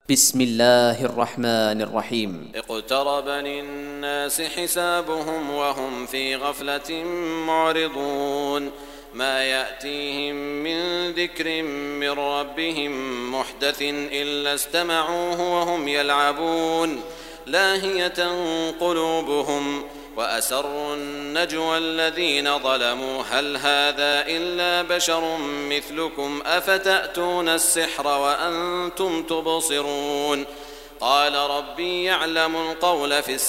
بسم الله الرحمن الرحيم. اقترب للناس حسابهم وهم في غفلة معرضون ما يأتيهم من ذكر من ربهم محدث إلا استمعوه وهم يلعبون لاهية قلوبهم وأسروا النجوى الذين ظلموا هل هذا إلا بشر مثلكم أفتأتون السحر وأنتم تبصرون قال ربي يعلم القول في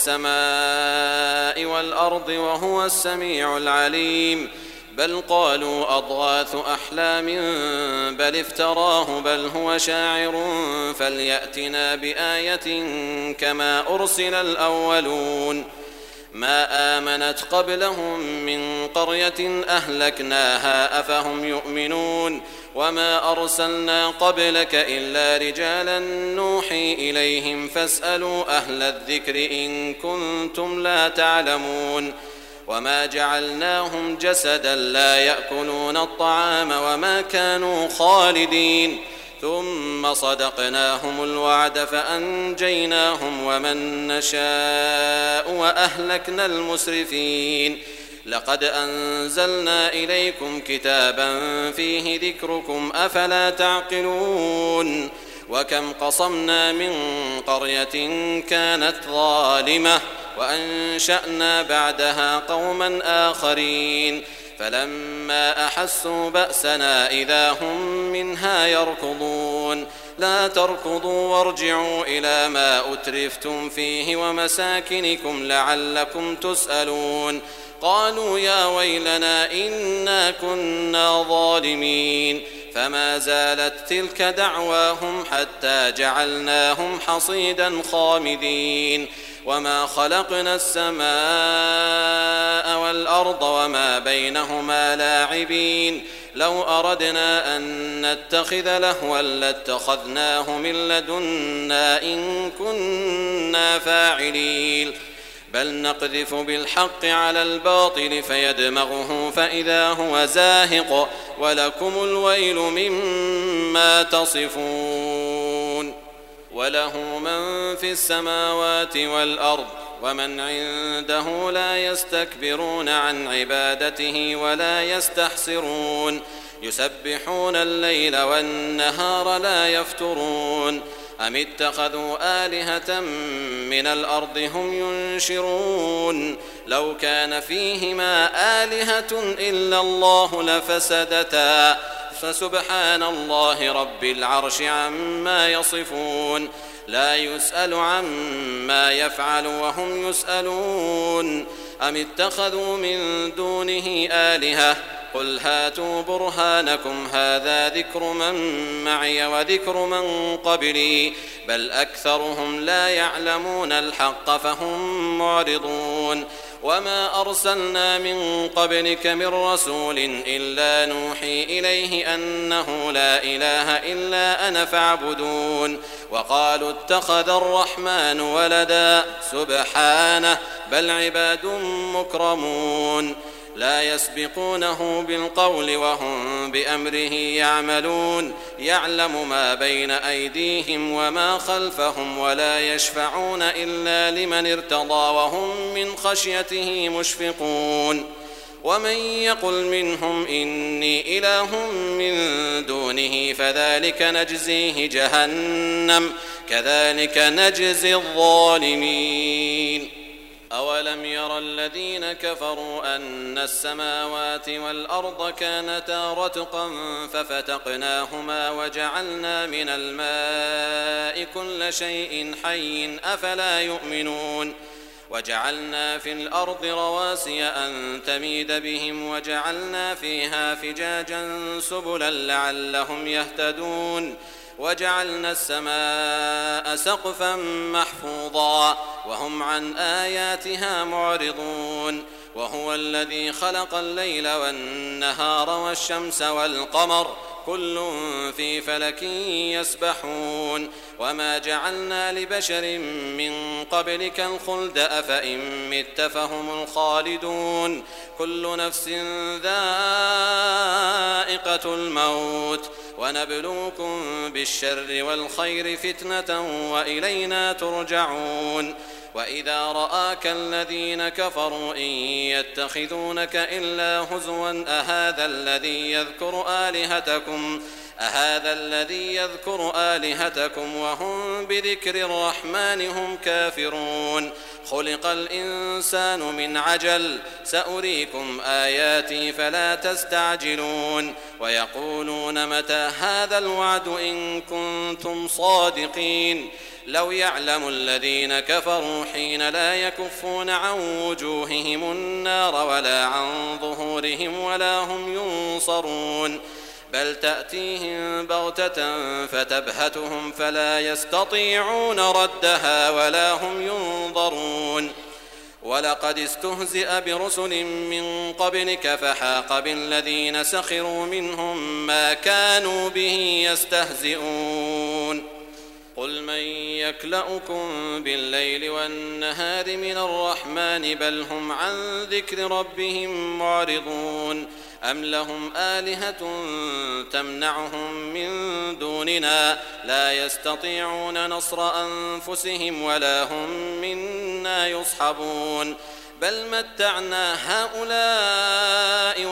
السماء والأرض وهو السميع العليم بل قالوا أضغاث أحلام بل افتراه بل هو شاعر فليأتنا بآية كما أرسل الأولون ما آمنت قبلهم من قرية أهلكناها أفهم يؤمنون وما أرسلنا قبلك إلا رجالا نوحي إليهم فاسألوا أهل الذكر إن كنتم لا تعلمون وما جعلناهم جسدا لا يأكلون الطعام وما كانوا خالدين ثم صدقناهم الوعد فأنجيناهم ومن نشاء وأهلكنا المسرفين لقد أنزلنا إليكم كتابا فيه ذكركم أفلا تعقلون وكم قصمنا من قرية كانت ظالمة وأنشأنا بعدها قوما آخرين فلما أحسوا بأسنا إذا هم منها يركضون لا تركضوا وارجعوا إلى ما أترفتم فيه ومساكنكم لعلكم تسألون قالوا يا ويلنا إنا كنا ظالمين فما زالت تلك دعواهم حتى جعلناهم حصيدا خامدين وما خلقنا السماء والأرض وما بينهما لاعبين لو أردنا أن نتخذ لهوا لاتخذناه من لدنا إن كنا فاعلين بل نقذف بالحق على الباطل فيدمغه فإذا هو زاهق ولكم الويل مما تصفون وله من في السماوات والأرض ومن عنده لا يستكبرون عن عبادته ولا يستحسرون يسبحون الليل والنهار لا يفترون أم اتخذوا آلهة من الأرض هم ينشرون لو كان فيهما آلهة إلا الله لفسدتا فسبحان الله رب العرش عما يصفون لا يسأل عما يفعل وهم يسألون أم اتخذوا من دونه آلهة قل هاتوا برهانكم هذا ذكر من معي وذكر من قبلي بل أكثرهم لا يعلمون الحق فهم معرضون وما أرسلنا من قبلك من رسول إلا نوحي إليه أنه لا إله إلا أنا فاعبدون وقالوا اتخذ الرحمن ولدا سبحانه بل عباد مكرمون لا يسبقونه بالقول وهم بأمره يعملون يعلم ما بين أيديهم وما خلفهم ولا يشفعون إلا لمن ارتضى وهم من خشيته مشفقون ومن يقل منهم إني إله من دونه فذلك نجزيه جهنم كذلك نجزي الظالمين أولم ير الذين كفروا أن السماوات والأرض كانتا رتقا ففتقناهما وجعلنا من الماء كل شيء حي أفلا يؤمنون وجعلنا في الأرض رواسي أن تميد بهم وجعلنا فيها فجاجا سبلا لعلهم يهتدون وجعلنا السماء سقفا محفوظا وهم عن آياتها معرضون وهو الذي خلق الليل والنهار والشمس والقمر كل في فلك يسبحون وما جعلنا لبشر من قبلك الخلد أفإن مت فهم الخالدون كل نفس ذائقة الموت ونبلوكم بالشر والخير فتنة وإلينا ترجعون وإذا رآك الذين كفروا إن يتخذونك إلا هزوا أهذا الذي يذكر آلهتكم وهم بذكر الرحمن هم كافرون خلق الإنسان من عجل سأريكم آياتي فلا تستعجلون ويقولون متى هذا الوعد إن كنتم صادقين لو يعلم الذين كفروا حين لا يكفون عن وجوههم النار ولا عن ظهورهم ولا هم ينصرون بل تأتيهم بغتة فتبهتهم فلا يستطيعون ردها ولا هم ينظرون ولقد استهزئ برسل من قبلك فحاق بالذين سخروا منهم ما كانوا به يستهزئون قل من يكلؤكم بالليل والنهار من الرحمن بل هم عن ذكر ربهم معرضون أم لهم آلهة تمنعهم من دوننا لا يستطيعون نصر أنفسهم ولا هم منا يصحبون بل متعنا هؤلاء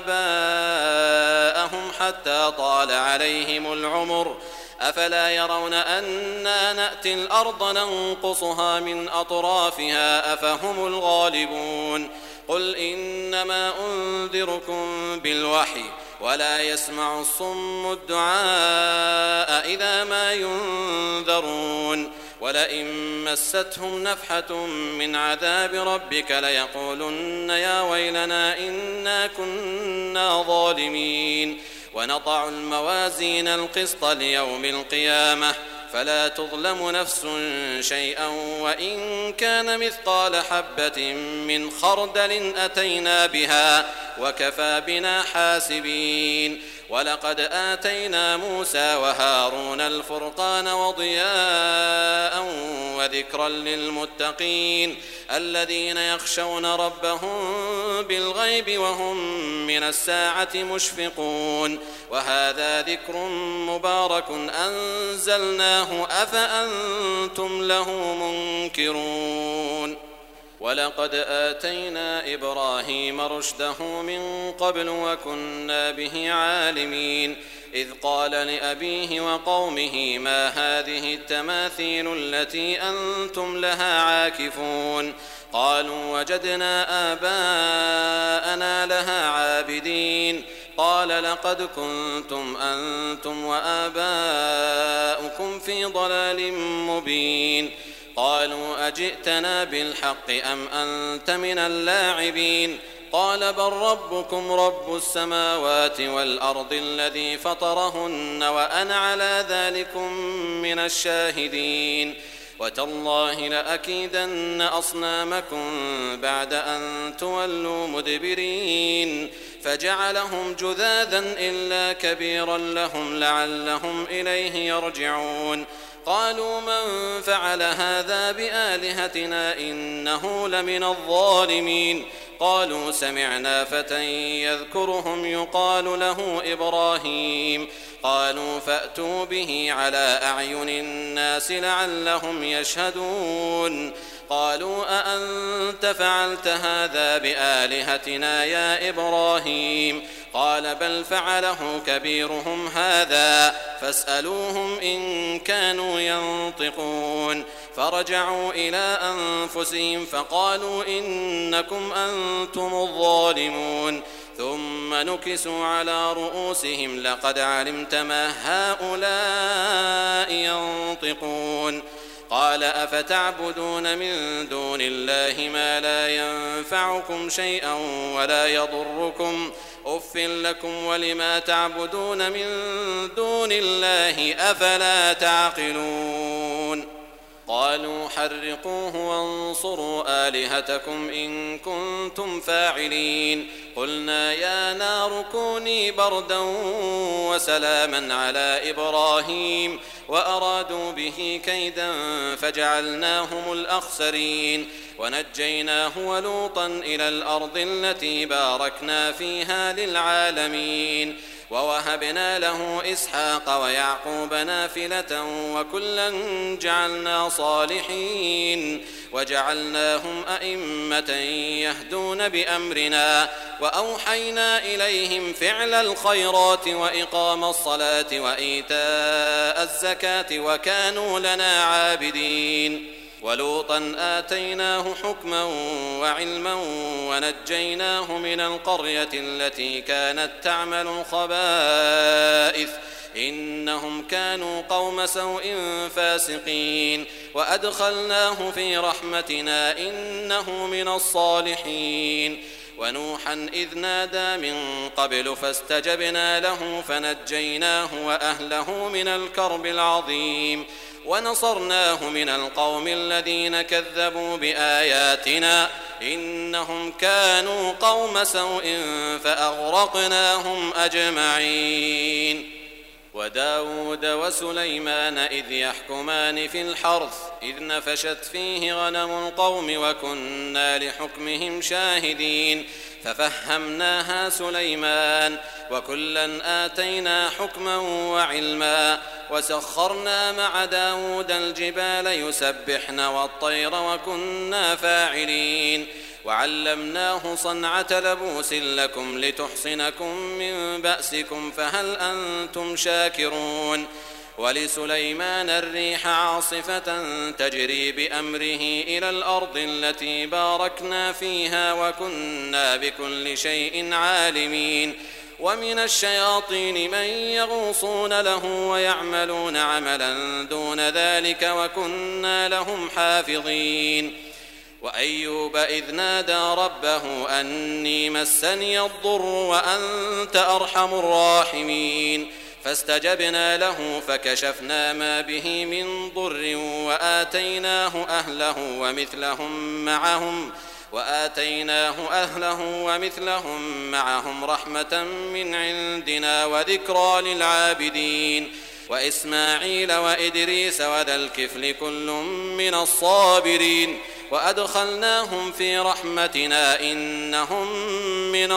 وآباءهم حتى طال عليهم العمر أفلا يرون أنا نأتي الأرض ننقصها من أطرافها أفهم الغالبون قل إنما أنذركم بالوحي ولا يسمع الصم الدعاء إذا ما ينذرون ولئن مستهم نفحة من عذاب ربك ليقولن يا ويلنا إنا كنا ظالمين ونضع الموازين القسط ليوم القيامة فلا تظلم نفس شيئا وإن كان مثقال حبة من خردل أتينا بها وكفى بنا حاسبين ولقد آتينا موسى وهارون الفرقان وضياء وذكرا للمتقين الذين يخشون ربهم بالغيب وهم من الساعة مشفقون وهذا ذكر مبارك أنزلناه أفأنتم له منكرون ولقد آتينا إبراهيم رشده من قبل وكنا به عالمين إذ قال لأبيه وقومه ما هذه التماثيل التي أنتم لها عاكفون قالوا وجدنا آباءنا لها عابدين قال لقد كنتم أنتم وآباؤكم في ضلال مبين قالوا أجئتنا بالحق أم أنت من اللاعبين قال بل ربكم رب السماوات والأرض الذي فطرهن وأنا على ذلكم من الشاهدين وتالله لأكيدن أصنامكم بعد أن تولوا مدبرين فجعلهم جذاذا إلا كبيرا لهم لعلهم إليه يرجعون قالوا من فعل هذا بآلهتنا إنه لمن الظالمين قالوا سمعنا فتى يذكرهم يقال له إبراهيم قالوا فأتوا به على أعين الناس لعلهم يشهدون قالوا أأنت فعلت هذا بآلهتنا يا إبراهيم قال بل فعله كبيرهم هذا فاسألوهم إن كانوا ينطقون فرجعوا إلى أنفسهم فقالوا إنكم أنتم الظالمون ثم نكسوا على رؤوسهم لقد علمت ما هؤلاء ينطقون قال أفتعبدون من دون الله ما لا ينفعكم شيئا ولا يضركم أف لكم ولما تعبدون من دون الله أفلا تعقلون قالوا حرقوه وانصروا آلهتكم إن كنتم فاعلين قلنا يا نار كوني بردا وسلاما على إبراهيم وأرادوا به كيدا فجعلناهم الأخسرين ونجيناه ولوطا إلى الأرض التي باركنا فيها للعالمين ووهبنا له إسحاق ويعقوب نافلة وكلا جعلنا صالحين وجعلناهم أئمة يهدون بأمرنا وأوحينا إليهم فعل الخيرات وإقام الصلاة وإيتاء الزكاة وكانوا لنا عابدين ولوطا آتيناه حكما وعلما ونجيناه من القرية التي كانت تعمل الخبائث إنهم كانوا قوم سوء فاسقين وأدخلناه في رحمتنا إنه من الصالحين ونوحا إذ نادى من قبل فاستجبنا له فنجيناه وأهله من الكرب العظيم ونصرناه من القوم الذين كذبوا بآياتنا إنهم كانوا قوم سوء فأغرقناهم أجمعين وداود وسليمان إذ يحكمان في الحرث إذ نفشت فيه غنم القوم وكنا لحكمهم شاهدين ففهمناها سليمان وكلا آتينا حكما وعلما وسخرنا مع داود الجبال يسبحن والطير وكنا فاعلين وعلمناه صنعة لبوس لكم لتحصنكم من بأسكم فهل أنتم شاكرون ولسليمان الريح عاصفة تجري بأمره إلى الأرض التي باركنا فيها وكنا بكل شيء عالمين ومن الشياطين من يغوصون له ويعملون عملا دون ذلك وكنا لهم حافظين وأيوب إذ نادى ربه أني مسني الضر وأنت أرحم الراحمين فاستجبنا له فكشفنا ما به من ضر وآتيناه أهله ومثلهم معهم رحمة من عندنا وذكرى للعابدين وإسماعيل وإدريس وذا الكفل كل من الصابرين وأدخلناهم في رحمتنا إنهم من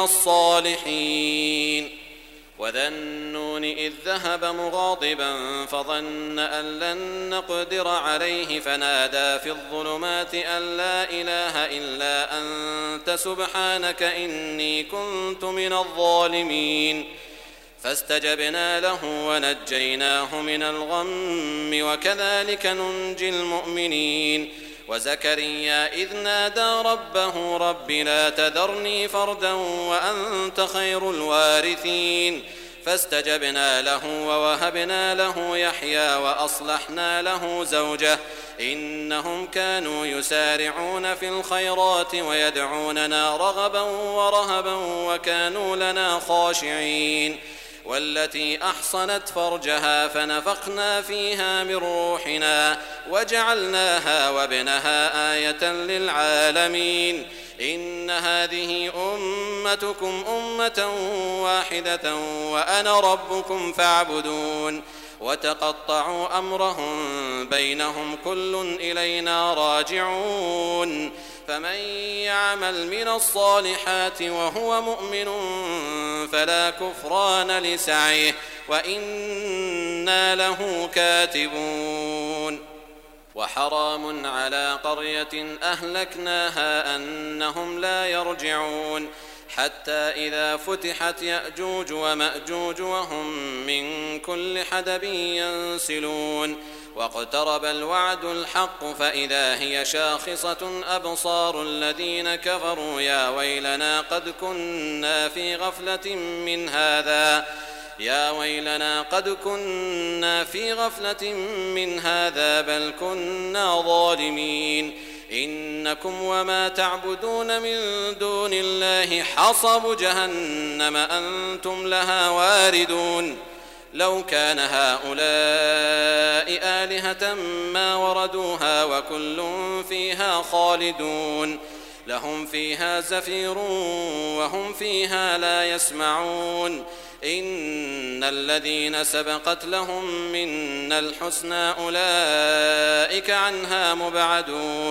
الصالحين وذا النون إذ ذهب مغاضبا فظن أن لن نقدر عليه فنادى في الظلمات أن لا إله إلا أنت سبحانك إني كنت من الظالمين فاستجبنا له ونجيناه من الغم وكذلك ننجي المؤمنين وزكريا إذ نادى ربه رب لا تذرني فردا وأنت خير الوارثين فاستجبنا له ووهبنا له يحيى وأصلحنا له زوجه إنهم كانوا يسارعون في الخيرات ويدعوننا رغبا ورهبا وكانوا لنا خاشعين والتي أحصنت فرجها فنفخنا فيها من روحنا وجعلناها وابنها آية للعالمين إن هذه أمتكم أمة واحدة وأنا ربكم فاعبدون وتقطعوا أمرهم بينهم كل إلينا راجعون فمن يعمل من الصالحات وهو مؤمن فلا كفران لسعيه وإنا له كاتبون وحرام على قرية أهلكناها أنهم لا يرجعون حتى إذا فتحت يأجوج ومأجوج وهم من كل حدب ينسلون واقترب الوعد الحق فإذا هي شاخصة أبصار الذين كفروا يا ويلنا قد كنا في غفلة من هذا بل كنا ظالمين إنكم وما تعبدون من دون الله حصب جهنم أنتم لها واردون لو كان هؤلاء آلهة ما وردوها وكل فيها خالدون لهم فيها زفير وهم فيها لا يسمعون إن الذين سبقت لهم منا الحسنى أولئك عنها مبعدون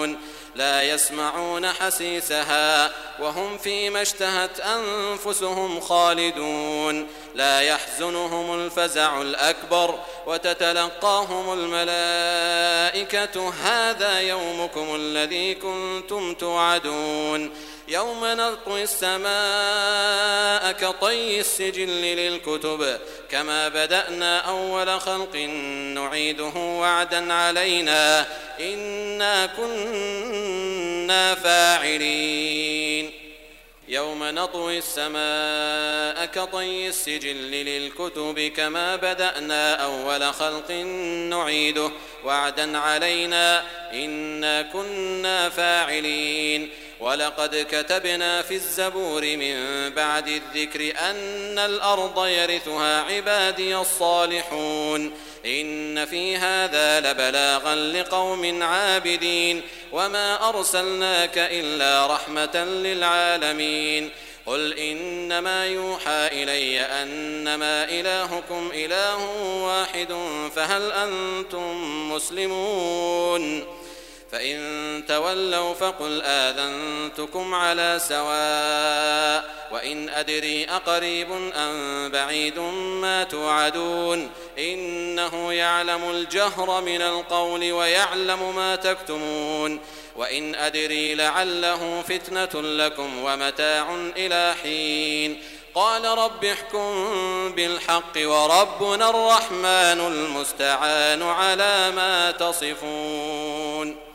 لا يسمعون حسيسها وهم فيما اشتهت أنفسهم خالدون لا يحزنهم الفزع الأكبر وتتلقاهم الملائكة هذا يومكم الذي كنتم توعدون يوم نطوي السماء كطي السجل للكتب كما بدأنا أول خلق نعيده وعدا علينا إنا كنا فاعلين يوم نطوي السماء كطي السجل للكتب كما بدأنا أول خلق نعيده وعدا علينا إنا كنا فاعلين ولقد كتبنا في الزبور من بعد الذكر أن الأرض يرثها عبادي الصالحون إن في هذا لبلاغا لقوم عابدين وما أرسلناك إلا رحمة للعالمين قل إنما يوحى إلي أنما إلهكم إله واحد فهل أنتم مسلمون فإن تولوا فقل آذنتكم على سواء وإن أدري أقريب أم بعيد ما توعدون إنه يعلم الجهر من القول ويعلم ما تكتمون وإن أدري لعله فتنة لكم ومتاع إلى حين قال رب احكم بالحق وربنا الرحمن المستعان على ما تصفون